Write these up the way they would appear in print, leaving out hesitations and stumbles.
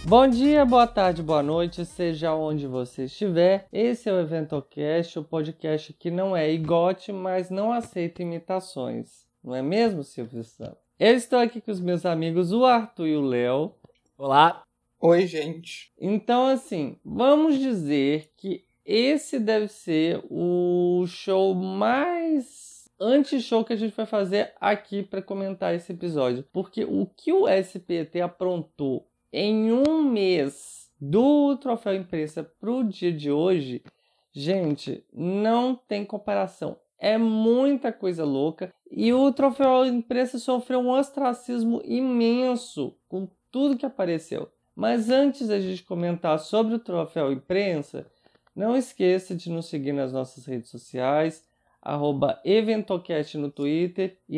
Bom dia, boa tarde, boa noite, seja onde você estiver. Esse é o EventoCast, o podcast que não é igote, mas não aceita imitações. Não é mesmo, Silvio Santos? Eu estou aqui com os meus amigos, o Arthur e o Léo. Olá. Oi, gente. Então, assim, vamos dizer que esse deve ser o show mais anti-show que a gente vai fazer aqui para comentar esse episódio. Porque o que o SBT aprontou em um mês do Troféu Imprensa pro dia de hoje, gente, não tem comparação. É muita coisa louca. E o Troféu Imprensa sofreu um ostracismo imenso com tudo que apareceu. Mas antes da gente comentar sobre o Troféu Imprensa, não esqueça de nos seguir nas nossas redes sociais, @eventocast no Twitter e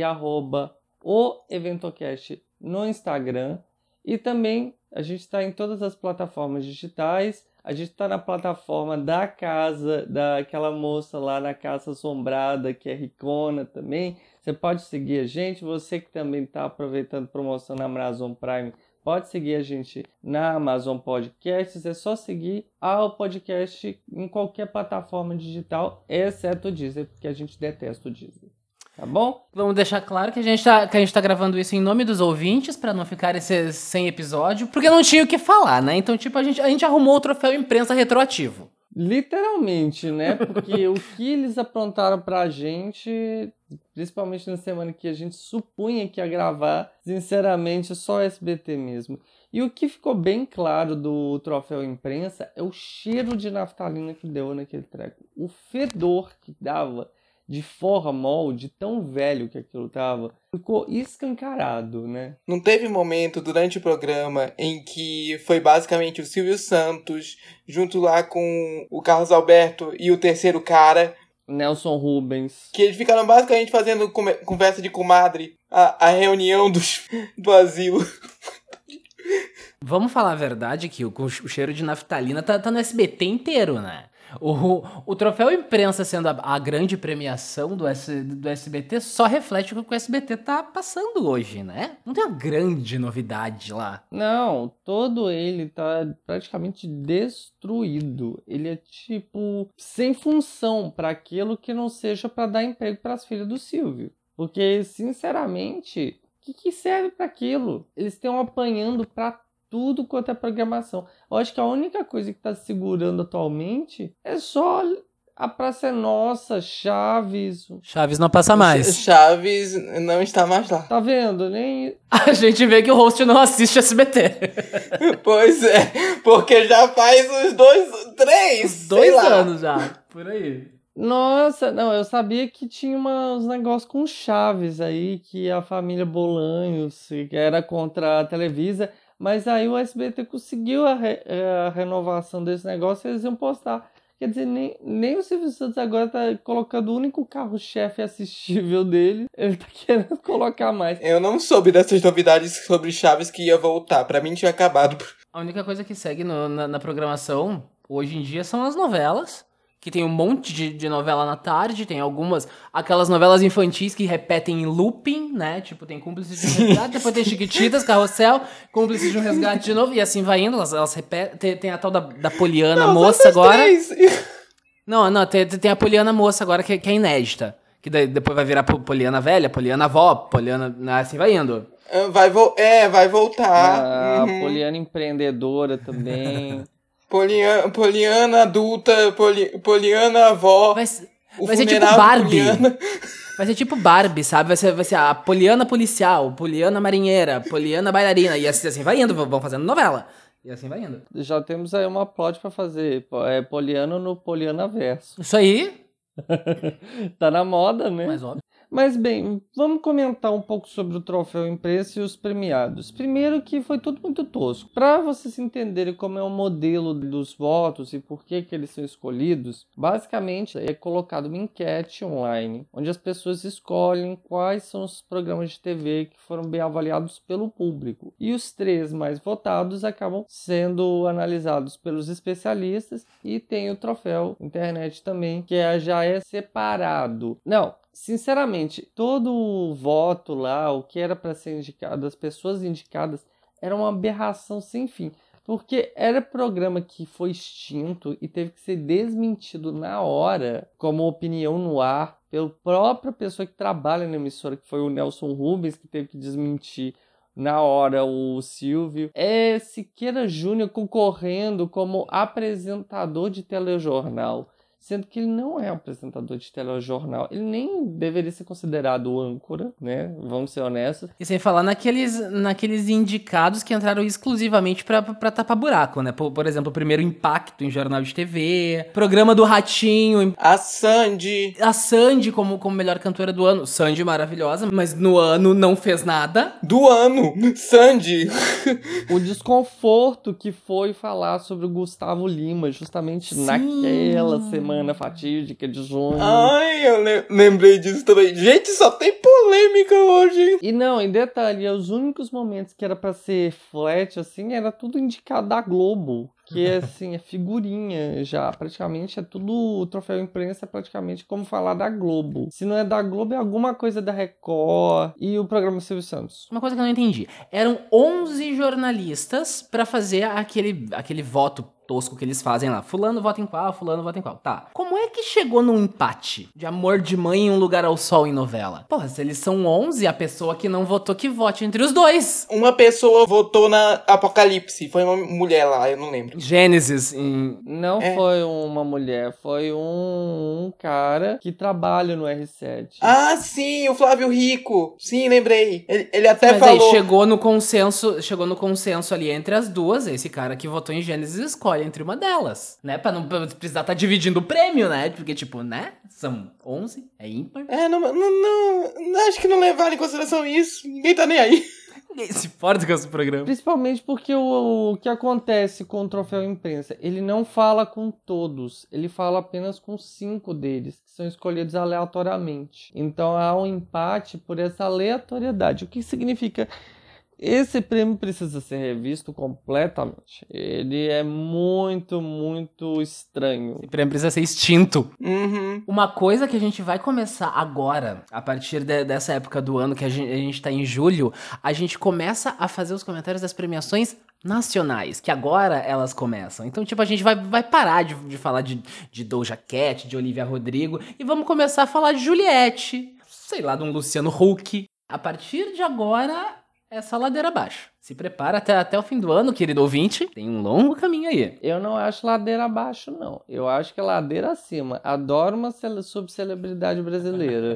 @o_eventocast no Instagram. E também a gente está em todas as plataformas digitais. A gente está na plataforma da casa, daquela moça lá na Casa Assombrada, que é ricona também. Você pode seguir a gente. Você que também está aproveitando promoção na Amazon Prime, pode seguir a gente na Amazon Podcasts. É só seguir ao podcast em qualquer plataforma digital, exceto o Deezer, porque a gente detesta o Deezer. Tá bom? Vamos deixar claro que a gente tá gravando isso em nome dos ouvintes, pra não ficar esses sem episódio, porque não tinha o que falar, né? Então, tipo, a gente arrumou o Troféu Imprensa retroativo. Literalmente, né? Porque o que eles aprontaram pra gente, principalmente na semana que a gente supunha que ia gravar, sinceramente, só SBT mesmo. E o que ficou bem claro do Troféu Imprensa é o cheiro de naftalina que deu naquele treco. O fedor que dava de formol, de tão velho que aquilo tava, ficou escancarado, né? Não teve momento durante o programa em que foi basicamente o Silvio Santos, junto lá com o Carlos Alberto e o terceiro cara, Nelson Rubens. que eles ficaram basicamente fazendo conversa de comadre, a reunião do asilo. Vamos falar a verdade que o cheiro de naftalina tá no SBT inteiro, né? O Troféu Imprensa sendo a grande premiação do SBT só reflete o que o SBT tá passando hoje, né? Não tem uma grande novidade lá. Não, todo ele tá praticamente destruído. Ele é tipo sem função para aquilo que não seja para dar emprego para as filhas do Silvio. Porque, sinceramente, o que serve para aquilo? Eles estão apanhando para tudo quanto é programação. Eu acho que a única coisa que está segurando atualmente é só a Praça é Nossa, Chaves. Chaves não passa mais. Chaves não está mais lá. Tá vendo? Nem A gente vê que o host não assiste SBT. Pois é, porque já faz uns 2 anos já, por aí. Nossa, não, eu sabia que tinha uns negócios com Chaves aí, que a família Bolanhos que era contra a Televisa, mas aí o SBT conseguiu a renovação desse negócio e eles iam postar. Quer dizer, nem o Silvio Santos agora tá colocando o único carro-chefe assistível dele, ele tá querendo colocar mais. Eu não soube dessas novidades sobre Chaves que ia voltar. Pra mim tinha acabado. A única coisa que segue na programação hoje em dia são as novelas. Que tem um monte de novela na tarde, tem aquelas novelas infantis que repetem em looping, né? Tipo, tem Cúmplices de um Resgate, depois tem Chiquititas, Carrossel, Cúmplices de um Resgate de novo, e assim vai indo, elas repetem. Tem a tal da Poliana Não, Moça são agora. três. Não, tem a Poliana Moça agora que é inédita. Que depois vai virar Poliana Velha, Poliana Avó, Poliana. Assim vai indo. Vai voltar. A Poliana empreendedora também. Poliana adulta, Poliana avó. Vai ser tipo funeral de Barbie. Poliana. Vai ser tipo Barbie, sabe? Vai ser a Poliana policial, Poliana marinheira, Poliana bailarina. E assim vai indo, vão fazendo novela. E assim vai indo. Já temos aí uma plot pra fazer. É Poliana no Poliana Verso. Isso aí. Tá na moda, né? Mas óbvio. Mas bem, vamos comentar um pouco sobre o Troféu Imprensa e os premiados. Primeiro que foi tudo muito tosco. Para vocês entenderem como é o modelo dos votos e por que eles são escolhidos, basicamente é colocado uma enquete online, onde as pessoas escolhem quais são os programas de TV que foram bem avaliados pelo público. E os 3 mais votados acabam sendo analisados pelos especialistas, e tem o Troféu Internet também, que já é separado. Não, sinceramente, todo o voto lá, o que era para ser indicado, as pessoas indicadas, era uma aberração sem fim. Porque era programa que foi extinto e teve que ser desmentido na hora, como opinião no ar, pela própria pessoa que trabalha na emissora, que foi o Nelson Rubens, que teve que desmentir na hora o Silvio. É Siqueira Júnior concorrendo como apresentador de telejornal, sendo que ele não é apresentador de telejornal. Ele nem deveria ser considerado âncora, né? Vamos ser honestos. E sem falar naqueles indicados que entraram exclusivamente pra tapar buraco, né? Por exemplo, o primeiro Impacto em jornal de TV, programa do Ratinho, A Sandy. a Sandy como melhor cantora do ano. Sandy maravilhosa, mas no ano não fez nada. Do ano, Sandy. O desconforto que foi falar sobre o Gustavo Lima, justamente Sim. naquela semana fatídica de junho. Ai, eu lembrei disso também. Gente, só tem polêmica hoje. E não, em detalhe, os únicos momentos que era pra ser flat, assim, era tudo indicado da Globo. Que é assim, é figurinha já. Praticamente é tudo. O troféu imprensa é praticamente como falar da Globo. Se não é da Globo, é alguma coisa da Record. E o programa Silvio Santos. Uma coisa que eu não entendi. Eram 11 jornalistas pra fazer aquele voto tosco que eles fazem lá. Fulano vota em qual, fulano vota em qual. Tá. Como é que chegou num empate de Amor de Mãe e Um Lugar ao Sol em novela? Porra, se eles são 11, a pessoa que não votou que vote entre os dois. Uma pessoa votou na Apocalipse. Foi uma mulher lá, eu não lembro. Gênesis Não foi uma mulher, foi um cara que trabalha no R7. Ah, sim, o Flávio Rico. Sim, lembrei. Ele até Mas falou. aí chegou no consenso ali entre as duas. Esse cara que votou em Gênesis escolhe entre uma delas, né? Pra não precisar estar dividindo o prêmio, né? Porque, tipo, né? São 11, é ímpar. Não, acho que não levaram em consideração isso. Ninguém tá nem aí. Ninguém se importa com esse programa. Principalmente porque o que acontece com o troféu imprensa, ele não fala com todos, ele fala apenas com 5 deles, que são escolhidos aleatoriamente. Então há um empate por essa aleatoriedade, o que significa esse prêmio precisa ser revisto completamente. Ele é muito, muito estranho. Esse prêmio precisa ser extinto. Uhum. Uma coisa que a gente vai começar agora, a partir dessa época do ano, que a gente tá em julho, a gente começa a fazer os comentários das premiações nacionais, que agora elas começam. Então, tipo, a gente vai parar de falar de Doja Cat, de Olivia Rodrigo, e vamos começar a falar de Juliette, sei lá, de um Luciano Huck. A partir de agora, essa ladeira abaixo. Se prepara até o fim do ano, querido ouvinte. Tem um longo caminho aí. Eu não acho ladeira abaixo, não. Eu acho que é ladeira acima. Adoro uma subcelebridade brasileira.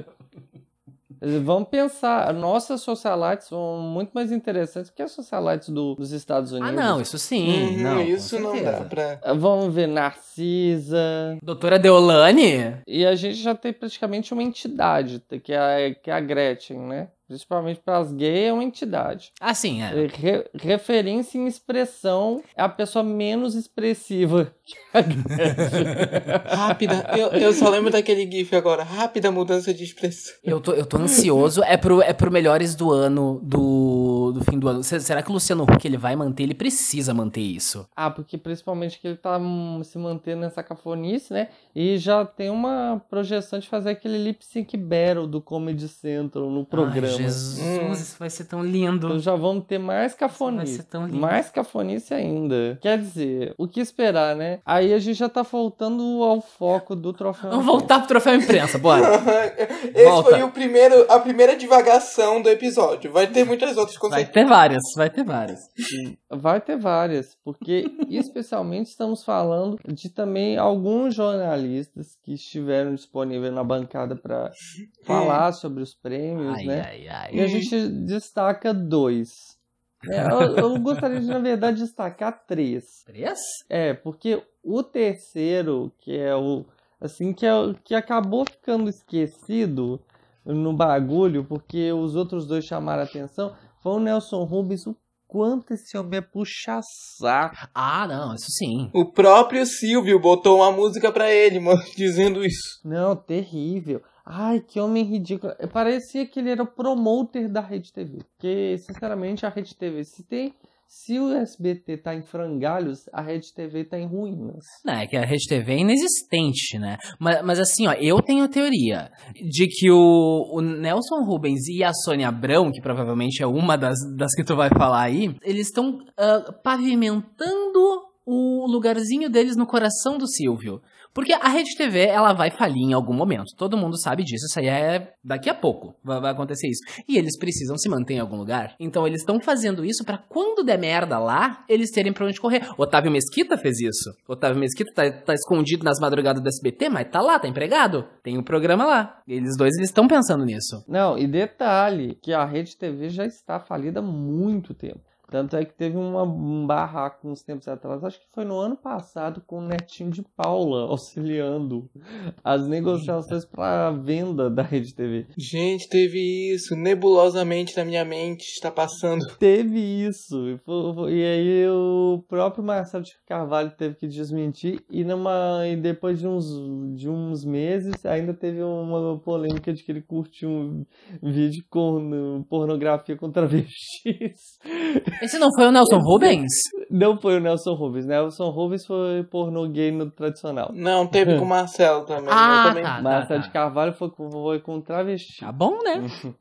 Vamos pensar, nossas socialites são muito mais interessantes que as socialites dos Estados Unidos. Ah, não, isso sim. Não, isso com não certeza. dá pra... Vamos ver Narcisa. Doutora Deolane? E a gente já tem praticamente uma entidade, que é a Gretchen, né? Principalmente para as gays, é uma entidade. Ah, sim, é. Referência em expressão é a pessoa menos expressiva que a Gretchen. Rápida, eu só lembro daquele gif agora. Rápida mudança de expressão. Eu tô ansioso. É pro melhores do ano, do fim do ano. Será que o Luciano Huck ele vai manter? Ele precisa manter isso. Ah, porque principalmente que ele tá se mantendo nessa cafonice, né? E já tem uma projeção de fazer aquele lip sync battle do Comedy Central no programa. Ai, Jesus, isso vai ser tão lindo. Então já vamos ter mais cafonice. Vai ser tão lindo. Mais cafonice ainda. Quer dizer, o que esperar, né? Aí a gente já tá faltando ao foco do troféu. Vamos voltar pro troféu imprensa, bora. Esse Volta. foi a primeira divagação do episódio. Vai ter muitas outras com Vai certeza. ter várias. Vai ter várias, porque especialmente estamos falando de também alguns jornalistas que estiveram disponíveis na bancada para falar sobre os prêmios, né? E a gente destaca 2. Eu gostaria de, na verdade, destacar 3. 3? Porque o terceiro, que é o assim, que acabou ficando esquecido no bagulho, porque os outros 2 chamaram a atenção, foi o Nelson Rubens. O quanto esse homem é puxa-saco. Ah, não, isso sim. O próprio Silvio botou uma música pra ele, mano, dizendo isso. Não, terrível. Ai, que homem ridículo. Parecia que ele era o promoter da Rede TV. Porque, sinceramente, a Rede TV, se Se o SBT tá em frangalhos, a Rede TV tá em ruínas. Não, é que a Rede TV é inexistente, né? Mas assim, ó, eu tenho a teoria de que o Nelson Rubens e a Sônia Abrão, que provavelmente é uma das que tu vai falar aí, eles estão pavimentando o lugarzinho deles no coração do Silvio. Porque a Rede TV, ela vai falir em algum momento. Todo mundo sabe disso. Isso aí é daqui a pouco. Vai acontecer isso. E eles precisam se manter em algum lugar. Então eles estão fazendo isso pra quando der merda lá, eles terem pra onde correr. Otávio Mesquita fez isso. Otávio Mesquita tá escondido nas madrugadas do SBT, mas tá lá, tá empregado. Tem um programa lá. Eles dois, eles estão pensando nisso. Não, e detalhe, que a Rede TV já está falida há muito tempo. Tanto é que teve um barraco uns tempos atrás, acho que foi no ano passado, com o Netinho de Paula auxiliando as negociações para a venda da Rede TV. Gente, teve isso, nebulosamente na minha mente, está passando. Teve isso, e aí o próprio Marcelo de Carvalho teve que desmentir, e depois de uns meses ainda teve uma polêmica de que ele curtiu um vídeo com pornografia com travestis. Esse não foi o Nelson Rubens? Não foi o Nelson Rubens. Nelson Rubens foi pornô gay no tradicional. Não, teve com o Marcelo também. Tá. Marcelo de Carvalho foi com travesti. Tá bom, né?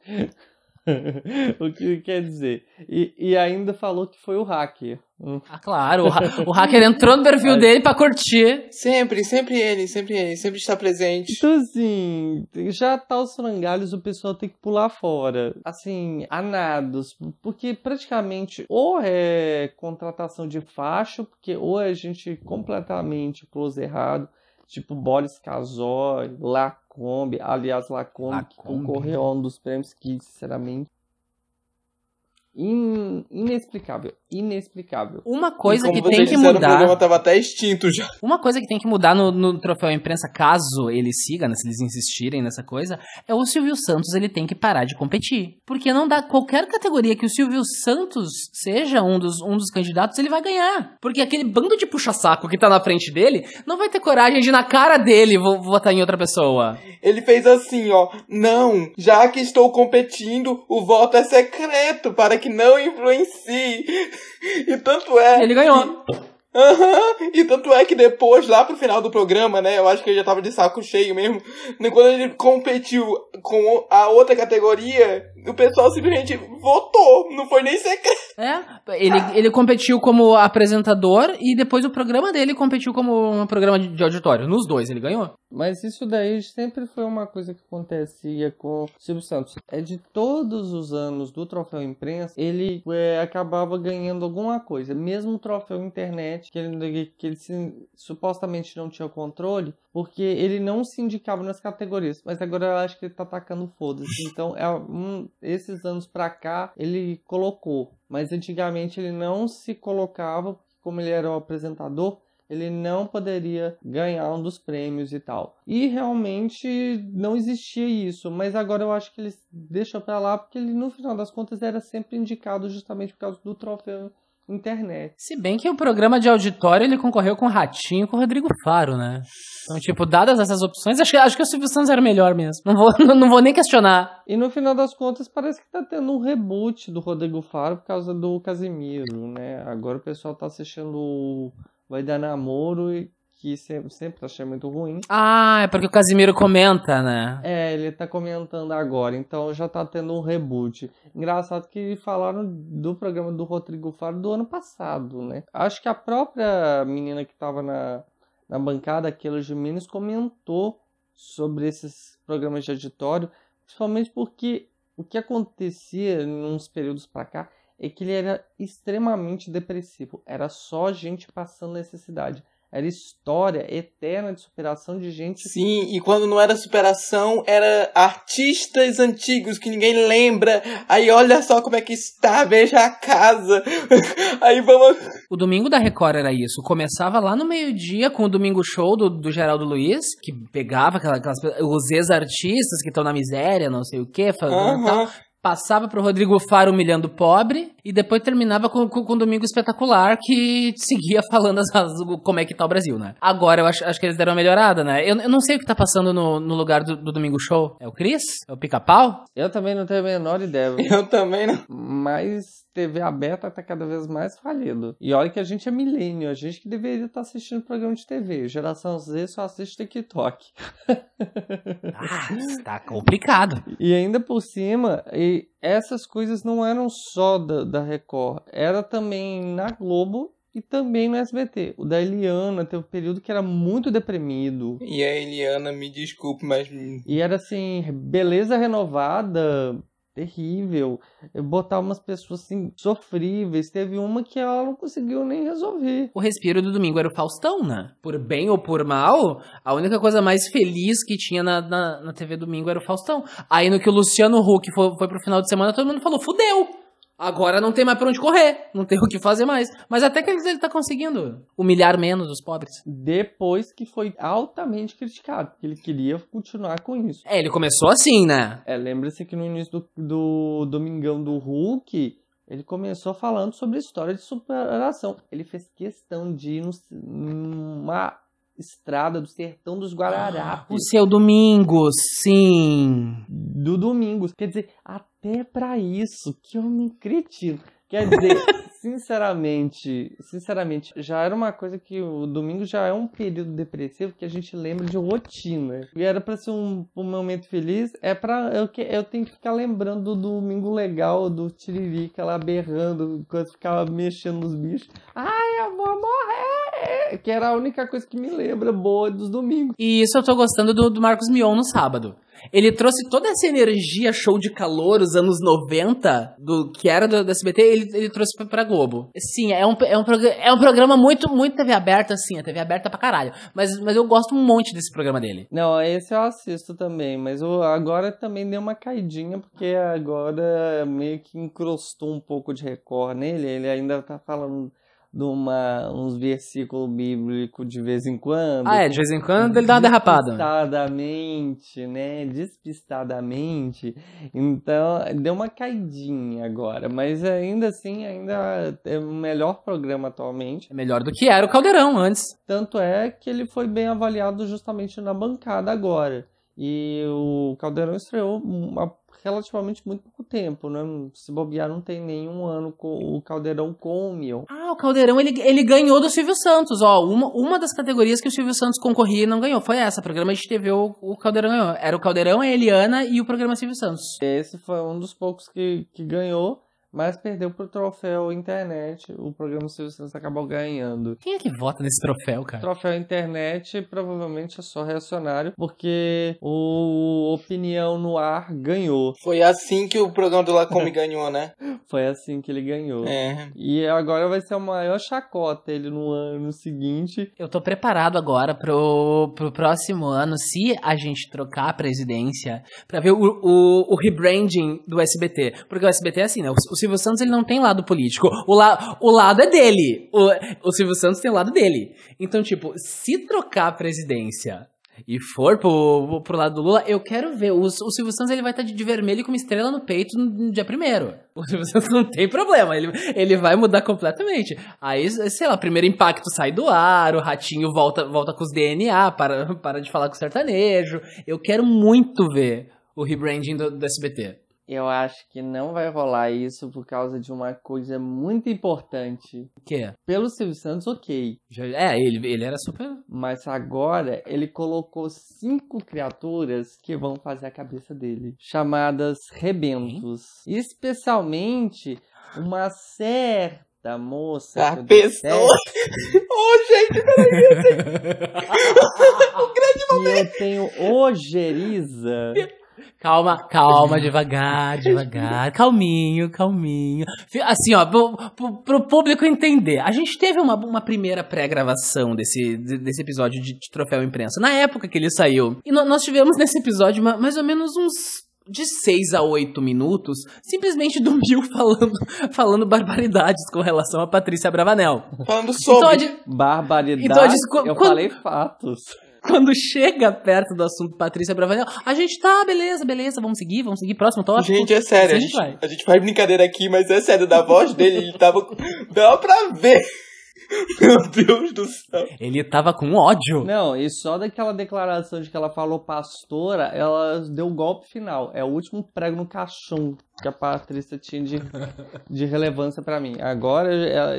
O que quer dizer? E ainda falou que foi o hacker. Ah, claro. O hacker entrou no perfil dele pra curtir. Sempre ele sempre está presente. Então, assim, já tá os frangalhos, o pessoal tem que pular fora. Assim, a nados. Porque praticamente ou é contratação de facho, porque ou é gente completamente close errado, tipo Boris Casoy, Lacombe. Aliás, Lacombe que concorreu a um dos prêmios que, sinceramente, inexplicável. Uma coisa que como tem vocês que disseram, mudar. o programa tava até extinto já. Uma coisa que tem que mudar no Troféu Imprensa, caso ele siga, né, se eles insistirem nessa coisa, é o Silvio Santos, ele tem que parar de competir. Porque não dá qualquer categoria que o Silvio Santos seja um dos candidatos, ele vai ganhar. Porque aquele bando de puxa-saco que tá na frente dele não vai ter coragem de ir na cara dele votar em outra pessoa. Ele fez assim, ó. Não, já que estou competindo, o voto é secreto para que não influencie. E tanto é... Ele ganhou. E tanto é que depois, lá pro final do programa, né, eu acho que ele já tava de saco cheio mesmo, quando ele competiu com a outra categoria, o pessoal simplesmente votou, não foi nem secreto. Ele competiu como apresentador e depois o programa dele competiu como um programa de auditório. Nos dois, ele ganhou. Mas isso daí sempre foi uma coisa que acontecia com o Silvio Santos. É de todos os anos do Troféu Imprensa, ele acabava ganhando alguma coisa. Mesmo o Troféu Internet, que ele supostamente não tinha controle, porque ele não se indicava nas categorias. Mas agora eu acho que ele tá atacando foda-se. Então, esses anos pra cá, ele colocou. Mas antigamente ele não se colocava, porque como ele era o apresentador, ele não poderia ganhar um dos prêmios e tal. E realmente não existia isso. Mas agora eu acho que eles deixam pra lá, porque ele, no final das contas, era sempre indicado justamente por causa do Troféu Internet. Se bem que o programa de auditório, ele concorreu com o Ratinho e com o Rodrigo Faro, né? Então, tipo, dadas essas opções, acho que o Silvio Santos era melhor mesmo. Não vou nem questionar. E no final das contas, parece que tá tendo um reboot do Rodrigo Faro por causa do Casimiro, né? Agora o pessoal tá assistindo Vai Dar Namoro, que sempre achei muito ruim. Ah, é porque o Casimiro comenta, né? Ele tá comentando agora, então já tá tendo um reboot. Engraçado que falaram do programa do Rodrigo Faro do ano passado, né? Acho que a própria menina que tava na bancada, aquela Jimenez, comentou sobre esses programas de auditório, principalmente porque o que acontecia em uns períodos pra cá é que ele era extremamente depressivo. Era só gente passando necessidade. Era história eterna de superação de gente... Sim, e quando não era superação, era artistas antigos que ninguém lembra. Aí olha só como é que está, veja a casa. Aí vamos... O Domingo da Record era isso. Começava lá no meio-dia com o Domingo Show do Geraldo Luiz, que pegava os ex-artistas que estão na miséria, não sei o quê, fazendo tal. Passava pro Rodrigo Faro humilhando o pobre, e depois terminava com o Domingo Espetacular, que seguia falando como é que tá o Brasil, né? Agora eu acho que eles deram uma melhorada, né? Eu não sei o que tá passando no lugar do Domingo Show. É o Cris? É o Pica-Pau? Eu também não tenho a menor ideia. Eu também não. Mas TV aberta tá cada vez mais falido. E olha que a gente é milênio, a gente que deveria estar assistindo programa de TV. Geração Z só assiste TikTok. Tá complicado. E ainda por cima, essas coisas não eram só da Record. Era também na Globo e também no SBT. O da Eliana teve um período que era muito deprimido. E a Eliana, me desculpe, mas... E era assim, beleza renovada... terrível, botar umas pessoas assim, sofríveis. Teve uma que ela não conseguiu nem resolver. O respiro do domingo era o Faustão, né? Por bem ou por mal, a única coisa mais feliz que tinha na TV domingo era o Faustão. Aí no que o Luciano Huck foi pro final de semana, todo mundo falou, fudeu! Agora não tem mais pra onde correr, não tem o que fazer mais. Mas até que ele tá conseguindo humilhar menos os pobres. Depois que foi altamente criticado, porque ele queria continuar com isso. Ele começou assim, né? Lembra-se que no início do Domingão do Hulk, ele começou falando sobre a história de superação. Ele fez questão de ir numa estrada do sertão dos Guararapes. O seu Domingos, sim. Do Domingos. Quer dizer, até pra isso, que homem cretino. Quer dizer, sinceramente, já era uma coisa que o domingo já é um período depressivo que a gente lembra de rotina. E era pra ser um momento feliz, eu tenho que ficar lembrando do domingo legal, do Tiririca lá berrando, quando ficava mexendo nos bichos. Ai, eu vou morrer! Que era a única coisa que me lembra boa dos domingos. E isso eu tô gostando do Marcos Mion no sábado. Ele trouxe toda essa energia show de calor, os anos 90, que era do SBT, ele trouxe pra Globo. Sim, é um programa muito TV aberta, assim, é TV aberta pra caralho. Mas eu gosto um monte desse programa dele. Não, esse eu assisto também, mas agora também deu uma caidinha, porque agora meio que encrostou um pouco de Record nele, ele ainda tá falando... uns versículos bíblicos de vez em quando. De vez em quando ele dá uma derrapada. Despistadamente. Então, deu uma caidinha agora. Mas ainda assim, ainda é o melhor programa atualmente. É melhor do que era o Caldeirão antes. Tanto é que ele foi bem avaliado justamente na bancada agora. E o Caldeirão estreou relativamente muito pouco tempo, né? Se bobear, não tem nenhum ano com o Caldeirão com o Mion. O Caldeirão, ele ganhou do Silvio Santos, ó. Uma das categorias que o Silvio Santos concorria e não ganhou foi essa. Programa de TV, o Caldeirão ganhou. Era o Caldeirão, a Eliana e o programa Silvio Santos. Esse foi um dos poucos que ganhou, mas perdeu pro troféu internet. O programa Silvio Santos acabou ganhando. Quem é que vota nesse troféu, cara? Troféu internet provavelmente é só reacionário, porque o Opinião no Ar ganhou. Foi assim que o programa do Lacombe ganhou, né? Foi assim que ele ganhou. É. E agora vai ser a maior chacota ele no ano seguinte. Eu tô preparado agora pro próximo ano, se a gente trocar a presidência, pra ver o rebranding do SBT. Porque o SBT é assim, né? O Silvio Santos, ele não tem lado político. O lado é dele. O Silvio Santos tem o lado dele. Então, tipo, se trocar a presidência e for pro lado do Lula, eu quero ver. O Silvio Santos, ele vai estar de vermelho com uma estrela no peito no dia 1º. O Silvio Santos não tem problema. Ele vai mudar completamente. Aí, sei lá, primeiro impacto sai do ar, o Ratinho volta com os DNA, para de falar com o sertanejo. Eu quero muito ver o rebranding do SBT. Eu acho que não vai rolar isso por causa de uma coisa muito importante. O quê? Pelo Silvio Santos, ok. Ele era super... Mas agora ele colocou 5 criaturas que vão fazer a cabeça dele. Chamadas rebentos. Especialmente uma certa moça... A pessoa... gente, peraí. Um grande momento. E eu tenho ojeriza... Calma, devagar, calminho. Assim, ó, pro público entender, a gente teve uma primeira pré-gravação desse episódio de Troféu Imprensa, na época que ele saiu. E nós tivemos nesse episódio mais ou menos uns de 6 a 8 minutos, simplesmente do Mil falando barbaridades com relação a Patrícia Bravanel. Falando sobre barbaridades, falei fatos. Quando chega perto do assunto Patrícia Bravanel, a gente tá, beleza, vamos seguir, próximo tópico. Gente, é sério, a gente faz brincadeira aqui, mas é sério, da voz dele, ele tava... Dá pra ver. Meu Deus do céu. Ele tava com ódio. Não, e só daquela declaração de que ela falou pastora, ela deu o golpe final. É o último prego no caixão que a Patrícia tinha de relevância pra mim. Agora,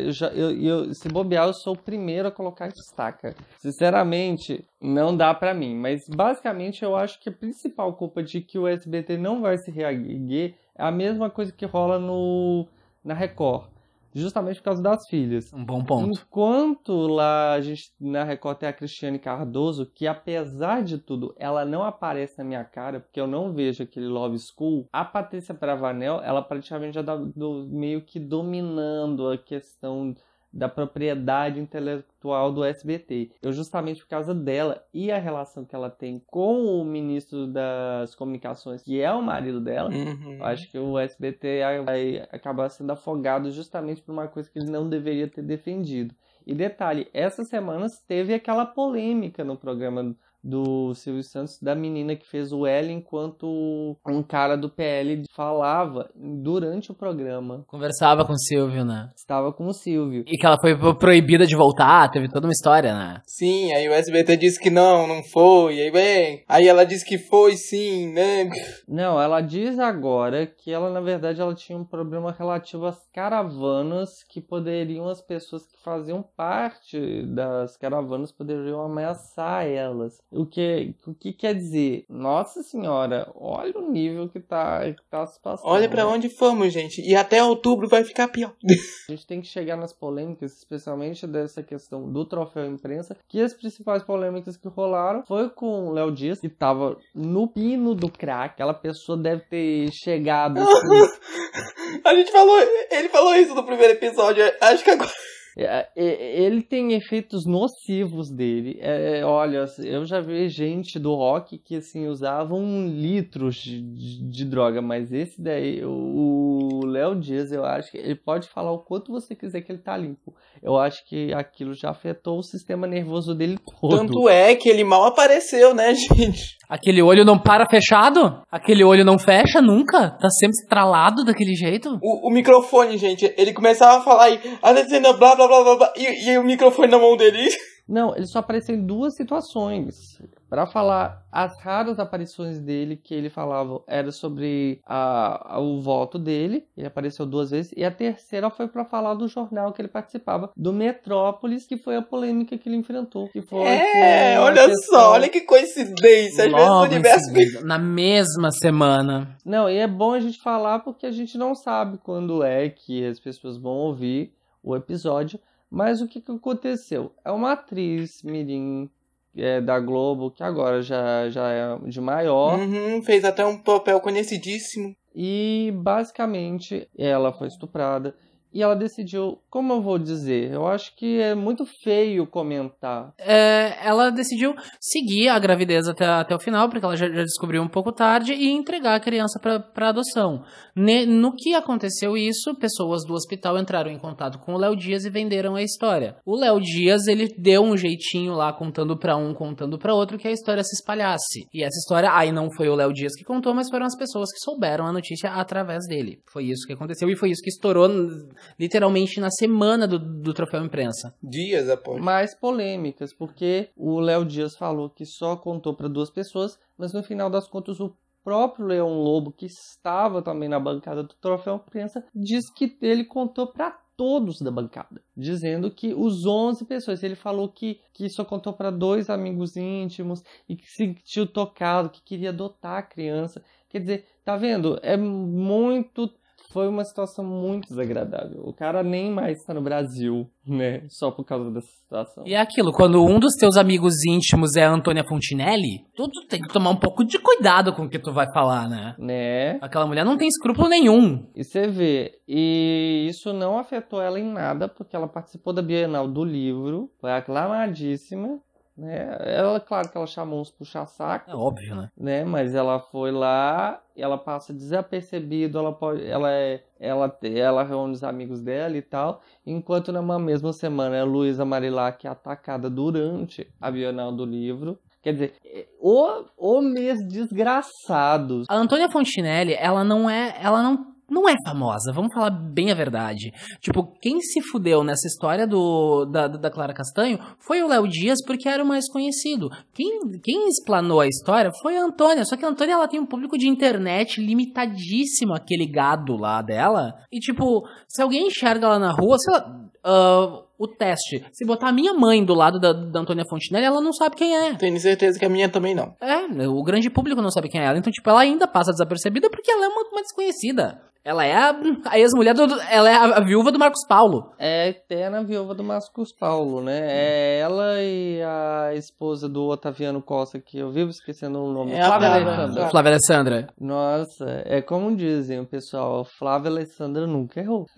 se bobear, eu sou o primeiro a colocar estaca. Sinceramente, não dá pra mim. Mas, basicamente, eu acho que a principal culpa de que o SBT não vai se reerguer é a mesma coisa que rola na Record. Justamente por causa das filhas. Um bom ponto. Enquanto lá a gente na Record tem a Cristiane Cardoso, que apesar de tudo, ela não aparece na minha cara, porque eu não vejo aquele Love School, a Patrícia Bravanel, ela praticamente já tá meio que dominando a questão da propriedade intelectual do SBT. Eu, justamente por causa dela e a relação que ela tem com o ministro das comunicações, que é o marido dela, acho que o SBT vai acabar sendo afogado justamente por uma coisa que ele não deveria ter defendido. E detalhe, essas semanas teve aquela polêmica no programa do Silvio Santos, da menina que fez o L enquanto um cara do PL falava durante o programa. Conversava com o Silvio, né? Estava com o Silvio. E que ela foi proibida de voltar, teve toda uma história, né? Sim, aí o SBT disse que não foi, aí ela disse que foi sim, né? Não, ela diz agora que ela, na verdade, ela tinha um problema relativo às caravanas, que poderiam, as pessoas que faziam parte das caravanas poderiam ameaçar elas. O que quer dizer? Nossa senhora, olha o nível que tá a situação. Olha pra onde fomos, gente. E até outubro vai ficar pior. A gente tem que chegar nas polêmicas, especialmente dessa questão do troféu imprensa, que as principais polêmicas que rolaram foi com o Léo Dias, que tava no pino do crack. Aquela pessoa deve ter chegado... Ele falou isso no primeiro episódio. Acho que agora... Ele tem efeitos nocivos dele. Olha, eu já vi gente do rock que assim usavam litros de droga, mas esse daí, o Léo Dias, eu acho que ele pode falar o quanto você quiser que ele tá limpo. Eu acho que aquilo já afetou o sistema nervoso dele todo. Tanto é que ele mal apareceu, né, gente? Aquele olho não para fechado? Aquele olho não fecha nunca? Tá sempre estralado daquele jeito? O microfone, gente, ele começava a falar e blá blá blá blá blá, e o microfone na mão dele. Não, ele só apareceu em duas situações. Pra falar as raras aparições dele, que ele falava, era sobre o voto dele. Ele apareceu duas vezes. E a terceira foi pra falar do jornal que ele participava, do Metrópolis, que foi a polêmica que ele enfrentou. Que foi olha só, olha que coincidência. Às vezes o universo... Na mesma semana. Não, e é bom a gente falar porque a gente não sabe quando é que as pessoas vão ouvir o episódio. Mas o que aconteceu? É uma atriz mirim da Globo, que agora já é de maior. Fez até um papel conhecidíssimo. E, basicamente, ela foi estuprada. E ela decidiu, como eu vou dizer, eu acho que é muito feio comentar. Ela decidiu seguir a gravidez até o final, porque ela já descobriu um pouco tarde, e entregar a criança para adoção. No que aconteceu isso, pessoas do hospital entraram em contato com o Léo Dias e venderam a história. O Léo Dias, ele deu um jeitinho lá, contando para um, contando para outro, que a história se espalhasse. E essa história, aí não foi o Léo Dias que contou, mas foram as pessoas que souberam a notícia através dele. Foi isso que aconteceu e foi isso que estourou literalmente na semana do troféu imprensa. Dias após. Mais polêmicas, porque o Léo Dias falou que só contou para duas pessoas, mas no final das contas o próprio Leão Lobo, que estava também na bancada do troféu imprensa, diz que ele contou para todos da bancada, dizendo que os 11 pessoas, ele falou que só contou para 2 amigos íntimos e que se sentiu tocado, que queria adotar a criança. Quer dizer, tá vendo? Foi uma situação muito desagradável. O cara nem mais está no Brasil, né? Só por causa dessa situação. E é aquilo, quando um dos teus amigos íntimos é a Antônia Fontinelli, tu tem que tomar um pouco de cuidado com o que tu vai falar, né? Aquela mulher não tem escrúpulo nenhum. E você vê, e isso não afetou ela em nada, porque ela participou da Bienal do Livro, foi aclamadíssima. Ela, claro que ela chamou uns puxa-saco. É óbvio, né? Mas ela foi lá, ela passa desapercebido, ela reúne os amigos dela e tal. Enquanto na mesma semana a Luísa Marilac é atacada durante a Bienal do Livro. Quer dizer, o mês desgraçado. A Antônia Fontinelli, ela não é famosa, vamos falar bem a verdade. Tipo, quem se fudeu nessa história da Clara Castanho foi o Léo Dias, porque era o mais conhecido. Quem explanou a história foi a Antônia, só que a Antônia, ela tem um público de internet limitadíssimo, aquele gado lá dela. E tipo, se alguém enxerga ela na rua, sei lá, o teste, se botar a minha mãe do lado da Antônia Fontinelli, ela não sabe quem é. Tenho certeza que a minha também não. O grande público não sabe quem é ela, então tipo, ela ainda passa desapercebida porque ela é uma desconhecida. Ela é a ex-mulher ela é a viúva do Marcos Paulo. É a eterna viúva do Marcos Paulo, né? É ela e a esposa do Otaviano Costa, que eu vivo esquecendo o nome. É a Flávia Alessandra. Nossa, é como dizem o pessoal, Flávia Alessandra nunca errou.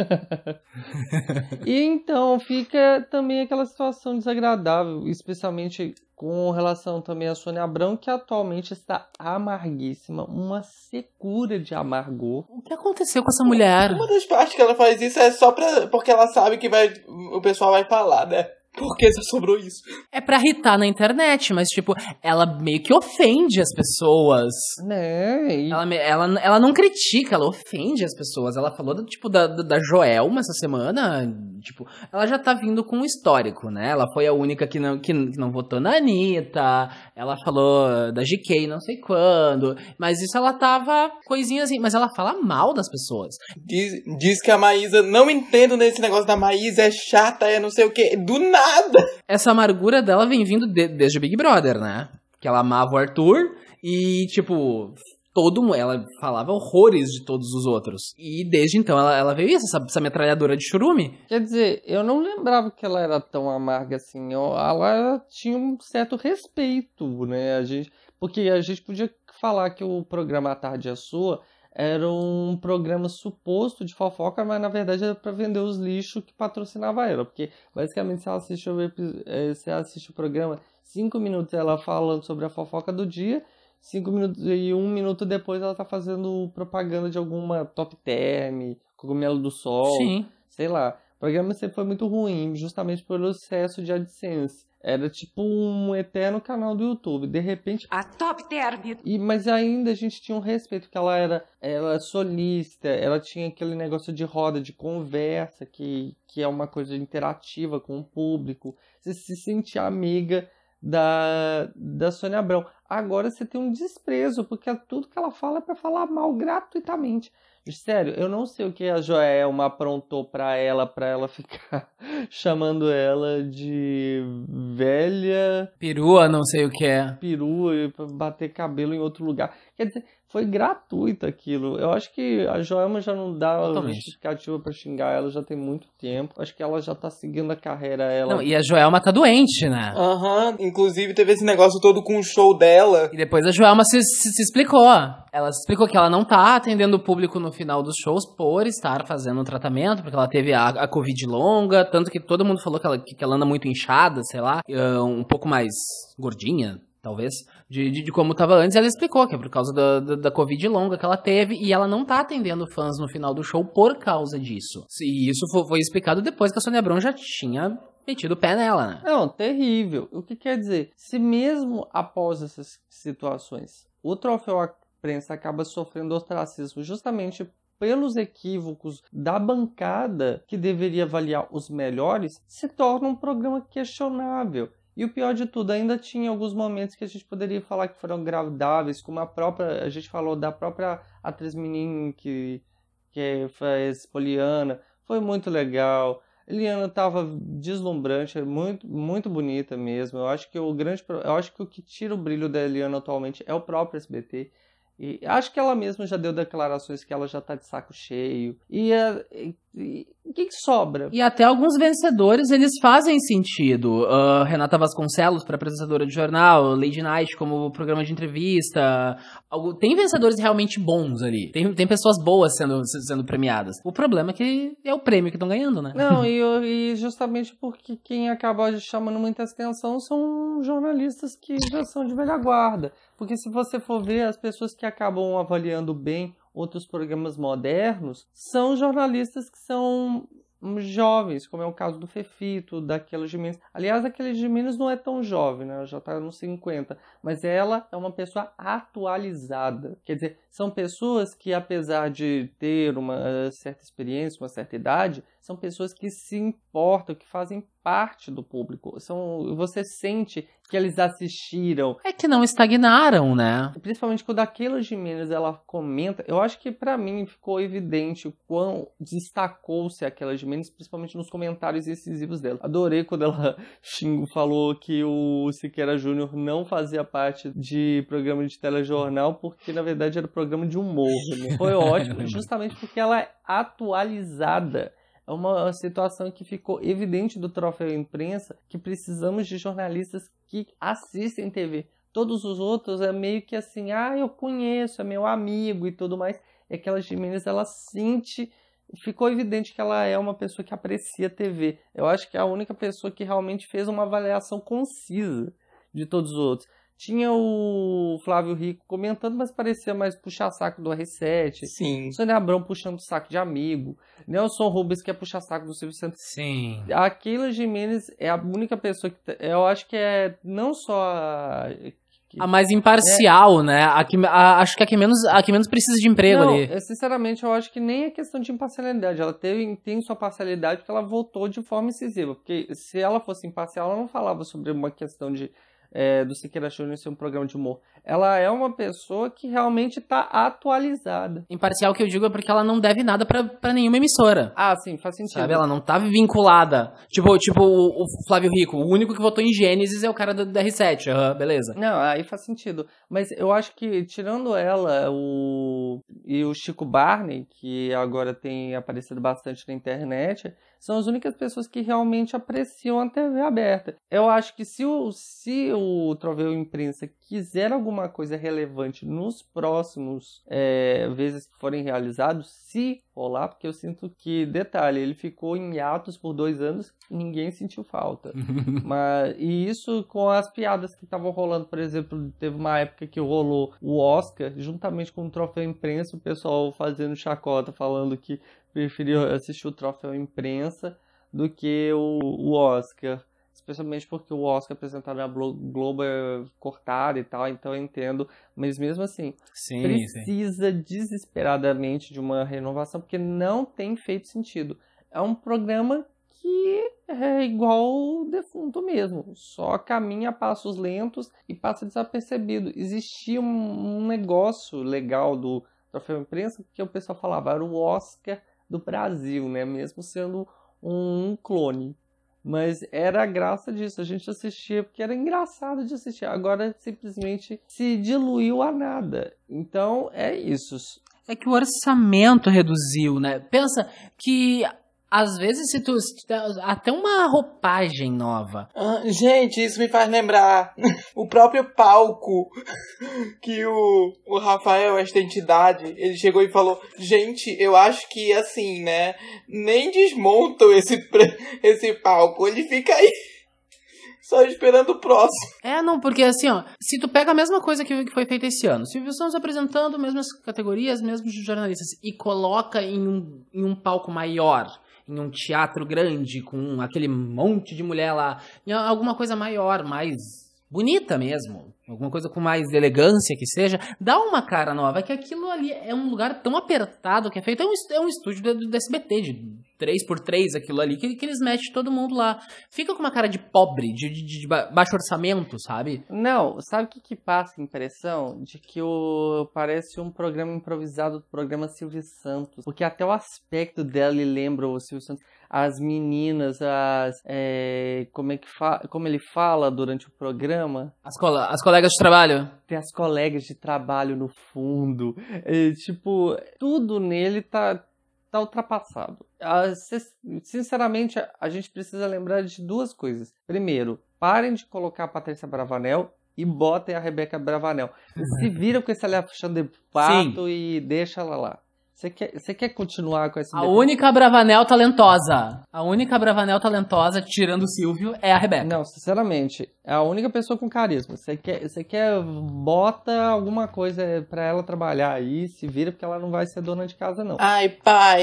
E então fica também aquela situação desagradável, especialmente com relação também a Sônia Abrão, que atualmente está amarguíssima, uma secura de amargor. O que aconteceu com essa mulher? Uma das partes que ela faz isso é só porque ela sabe que o pessoal vai falar, né? Porque só sobrou isso. É pra irritar na internet, mas tipo, ela meio que ofende as pessoas. Né? E... Ela não critica, ela ofende as pessoas. Ela falou da Joelma essa semana. Tipo, ela já tá vindo com um histórico, né? Ela foi a única que não votou na Anitta. Ela falou da GK não sei quando. Mas isso ela tava coisinha assim. Mas ela fala mal das pessoas. Diz que a Maísa, não entendo nesse negócio da Maísa, é chata, é não sei o quê. Do nada! Essa amargura dela vem vindo desde o Big Brother, né? Que ela amava o Arthur e, tipo, ela falava horrores de todos os outros. E desde então ela veio essa metralhadora de churume. Quer dizer, eu não lembrava que ela era tão amarga assim. Ela tinha um certo respeito, né? Porque a gente podia falar que o programa A Tarde é Sua era um programa suposto de fofoca, mas na verdade era para vender os lixos que patrocinava ela. Porque basicamente você assiste o programa, 5 minutos ela falando sobre a fofoca do dia, 5 minutos e 1 minuto depois ela tá fazendo propaganda de alguma Top Term, Cogumelo do Sol, Sim. Sei lá. O programa sempre foi muito ruim, justamente pelo excesso de AdSense. Era tipo um eterno canal do YouTube. De repente... A Top Term. Mas ainda a gente tinha um respeito, porque ela era solista, ela tinha aquele negócio de roda, de conversa, que é uma coisa interativa com o público. Você se sentia amiga da Sônia Abrão. Agora você tem um desprezo, porque tudo que ela fala é pra falar mal gratuitamente. Sério, eu não sei o que a Joelma aprontou pra ela ficar chamando ela de velha... Perua, não sei o que é. Perua, e pra bater cabelo em outro lugar. Quer dizer, foi gratuito aquilo. Eu acho que a Joelma já não dá justificativa pra xingar ela já tem muito tempo. Acho que ela já tá seguindo a carreira. Não, e a Joelma tá doente, né? Aham, inclusive teve esse negócio todo com o show dela. E depois a Joelma se explicou. Ela se explicou que ela não tá atendendo o público no final dos shows por estar fazendo um tratamento, porque ela teve a Covid longa, tanto que todo mundo falou que ela anda muito inchada, sei lá, um pouco mais gordinha, talvez, de como tava antes. Ela explicou que é por causa da Covid longa que ela teve, e ela não tá atendendo fãs no final do show por causa disso. E isso foi explicado depois que a Sônia Abrão já tinha metido o pé nela, né? Não, terrível. O que quer dizer? Se mesmo após essas situações, o troféu imprensa acaba sofrendo ostracismo justamente pelos equívocos da bancada que deveria avaliar os melhores, se torna um programa questionável. E o pior de tudo, ainda tinha alguns momentos que a gente poderia falar que foram agradáveis, como a gente falou da própria atriz menina que faz Poliana, foi muito legal. Eliana estava deslumbrante, muito, muito bonita mesmo. Eu acho que o que tira o brilho da Eliana atualmente é o próprio SBT. E acho que ela mesma já deu declarações que ela já tá de saco cheio. E o que sobra? E até alguns vencedores, eles fazem sentido. Renata Vasconcelos, para apresentadora de jornal, Lady Night como programa de entrevista. Tem vencedores realmente bons ali. Tem pessoas boas sendo premiadas. O problema é que é o prêmio que estão ganhando, né? Não, e justamente porque quem acaba chamando muita atenção são jornalistas que já são de velha guarda. Porque se você for ver, as pessoas que acabam avaliando bem outros programas modernos são jornalistas que são jovens, como é o caso do Fefito, daquela Gimenez. Aliás, aquele Gimenez não é tão jovem, né? Ela já está nos 50, mas ela é uma pessoa atualizada. Quer dizer, são pessoas que, apesar de ter uma certa experiência, uma certa idade, são pessoas que se importam, que fazem parte do público. Você sente que eles assistiram. É que não estagnaram, né? Principalmente quando a Keila Gimenez ela comenta, eu acho que pra mim ficou evidente o quão destacou-se a Keila Gimenez, principalmente nos comentários incisivos dela. Adorei quando ela falou que o Siqueira Júnior não fazia parte de programa de telejornal, porque na verdade era programa de humor, né? Foi ótimo, justamente porque ela é atualizada. É uma situação que ficou evidente do Troféu Imprensa, que precisamos de jornalistas que assistem TV. Todos os outros é meio que assim, eu conheço, é meu amigo e tudo mais. E aquela Gimenez, ela sente, ficou evidente que ela é uma pessoa que aprecia TV. Eu acho que é a única pessoa que realmente fez uma avaliação concisa de todos os outros. Tinha o Flávio Rico comentando, mas parecia mais puxar-saco do R7. Sim. Sônia Abrão puxando saco de amigo. Nelson Rubens quer puxar saco do Silvio Santos. Sim. A Keila Gimenez é a única pessoa que... Eu acho que é não só a mais imparcial, né? Acho que a que menos precisa de emprego não, ali. Sinceramente, eu acho que nem é questão de imparcialidade. Ela tem sua parcialidade porque ela votou de forma incisiva. Porque se ela fosse imparcial, ela não falava sobre uma questão do Siqueira Júnior ser um programa de humor. Ela é uma pessoa que realmente está atualizada. Imparcial que eu digo é porque ela não deve nada pra nenhuma emissora. Sim, faz sentido. Sabe, ela não tá vinculada. Tipo o Flávio Rico, o único que votou em Gênesis é o cara da R7. Beleza. Não, aí faz sentido. Mas eu acho que, tirando ela e o Chico Barney, que agora tem aparecido bastante na internet, são as únicas pessoas que realmente apreciam a TV aberta. Eu acho que se o Troféu Imprensa quiser alguma coisa relevante nos próximos vezes que forem realizados, se rolar, porque eu sinto que, detalhe, ele ficou em hiatus por 2 anos e ninguém sentiu falta. E isso com as piadas que estavam rolando, por exemplo, teve uma época que rolou o Oscar, juntamente com o Troféu Imprensa, o pessoal fazendo chacota, falando que preferia assistir o Troféu Imprensa do que o Oscar. Especialmente porque o Oscar apresentado na Globo é cortado e tal, então eu entendo. Mas mesmo assim, precisa desesperadamente de uma renovação, porque não tem feito sentido. É um programa que é igual o defunto mesmo, só caminha a passos lentos e passa desapercebido. Existia um negócio legal do Troféu Imprensa, que o pessoal falava, era o Oscar do Brasil, né? Mesmo sendo um clone. Mas era a graça disso, a gente assistia porque era engraçado de assistir. Agora simplesmente se diluiu a nada. Então é isso. É que o orçamento reduziu, né? Pensa que às vezes se tu até uma roupagem nova. Gente, isso me faz lembrar o próprio palco que o Rafael, esta entidade, ele chegou e falou, gente, eu acho que assim, né, nem desmontam esse palco, ele fica aí só esperando o próximo. Não, porque assim, se tu pega a mesma coisa que foi feita esse ano, Silvio Santos apresentando mesmas categorias, mesmos jornalistas, e coloca em um palco maior, em um teatro grande, com aquele monte de mulher lá, em alguma coisa maior, mais bonita mesmo, alguma coisa com mais elegância que seja, dá uma cara nova, que aquilo ali é um lugar tão apertado que é feito, é um estúdio do SBT, de 3x3 aquilo ali, que eles metem todo mundo lá. Fica com uma cara de pobre, de baixo orçamento, sabe? Não, sabe o que passa a impressão? De que parece um programa improvisado do programa Silvio Santos. Porque até o aspecto dela lembra o Silvio Santos. As meninas, como ele fala durante o programa? As colegas de trabalho. Tem as colegas de trabalho no fundo. Tudo nele tá ultrapassado. Sinceramente, a gente precisa lembrar de 2 coisas. Primeiro, parem de colocar a Patrícia Bravanel e botem a Rebeca Bravanel. Se viram com esse Alexandre Pato e deixa ela lá. Você quer continuar com essa... A única Bravanel talentosa. A única Bravanel talentosa, tirando o Silvio, é a Rebeca. Não, sinceramente, é a única pessoa com carisma. Você quer bota alguma coisa pra ela trabalhar aí, se vira, porque ela não vai ser dona de casa, não. Ai, pai.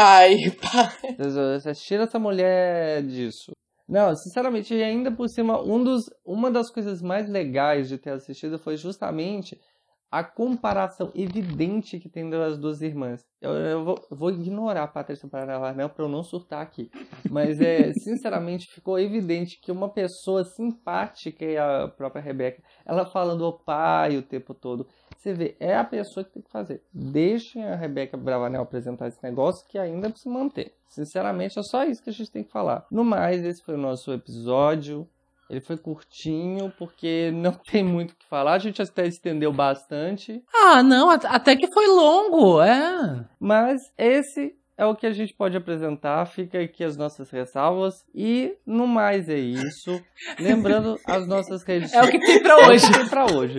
Você tira essa mulher disso. Não, sinceramente, e ainda por cima, uma das coisas mais legais de ter assistido foi justamente a comparação evidente que tem das duas irmãs. Eu vou ignorar a Patrícia Bravanel para eu não surtar aqui. Mas, sinceramente, ficou evidente que uma pessoa simpática, e a própria Rebeca, ela falando o pai o tempo todo. Você vê, é a pessoa que tem que fazer. Deixem a Rebeca Bravanel apresentar esse negócio que ainda se mantém. Sinceramente, é só isso que a gente tem que falar. No mais, esse foi o nosso episódio. Ele foi curtinho, porque não tem muito o que falar. A gente até estendeu bastante. Ah, não, até que foi longo, é. Mas esse é o que a gente pode apresentar. Fica aqui as nossas ressalvas. E no mais é isso. Lembrando as nossas redes... É o que tem pra hoje. É o que tem pra hoje.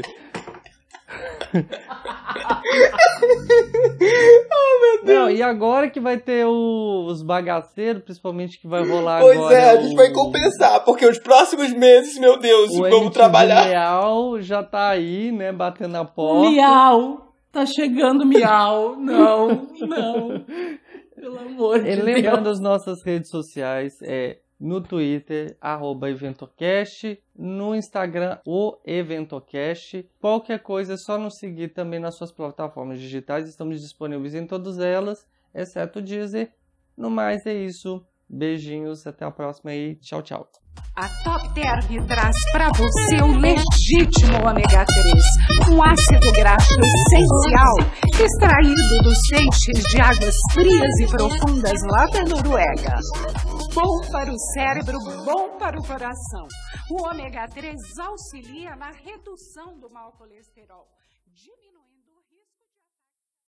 Oh, meu Deus. Não, e agora que vai ter os bagaceiros, principalmente que vai rolar Pois agora. a gente vai compensar, porque os próximos meses, meu Deus, O vamos MTV trabalhar. Leal já tá aí, né, batendo na porta. Miau, tá chegando miau. Não. Pelo amor de E Deus. lembrando as nossas redes sociais, no Twitter, @EventoCast, no Instagram, o EventoCast. Qualquer coisa é só nos seguir também nas suas plataformas digitais, estamos disponíveis em todas elas, exceto o Deezer. No mais é isso, beijinhos, até a próxima e tchau, tchau. A Top Term traz para você o legítimo ômega 3, um ácido graxo essencial, extraído dos peixes de águas frias e profundas lá da Noruega. Bom para o cérebro, bom para o coração. O ômega 3 auxilia na redução do mau colesterol.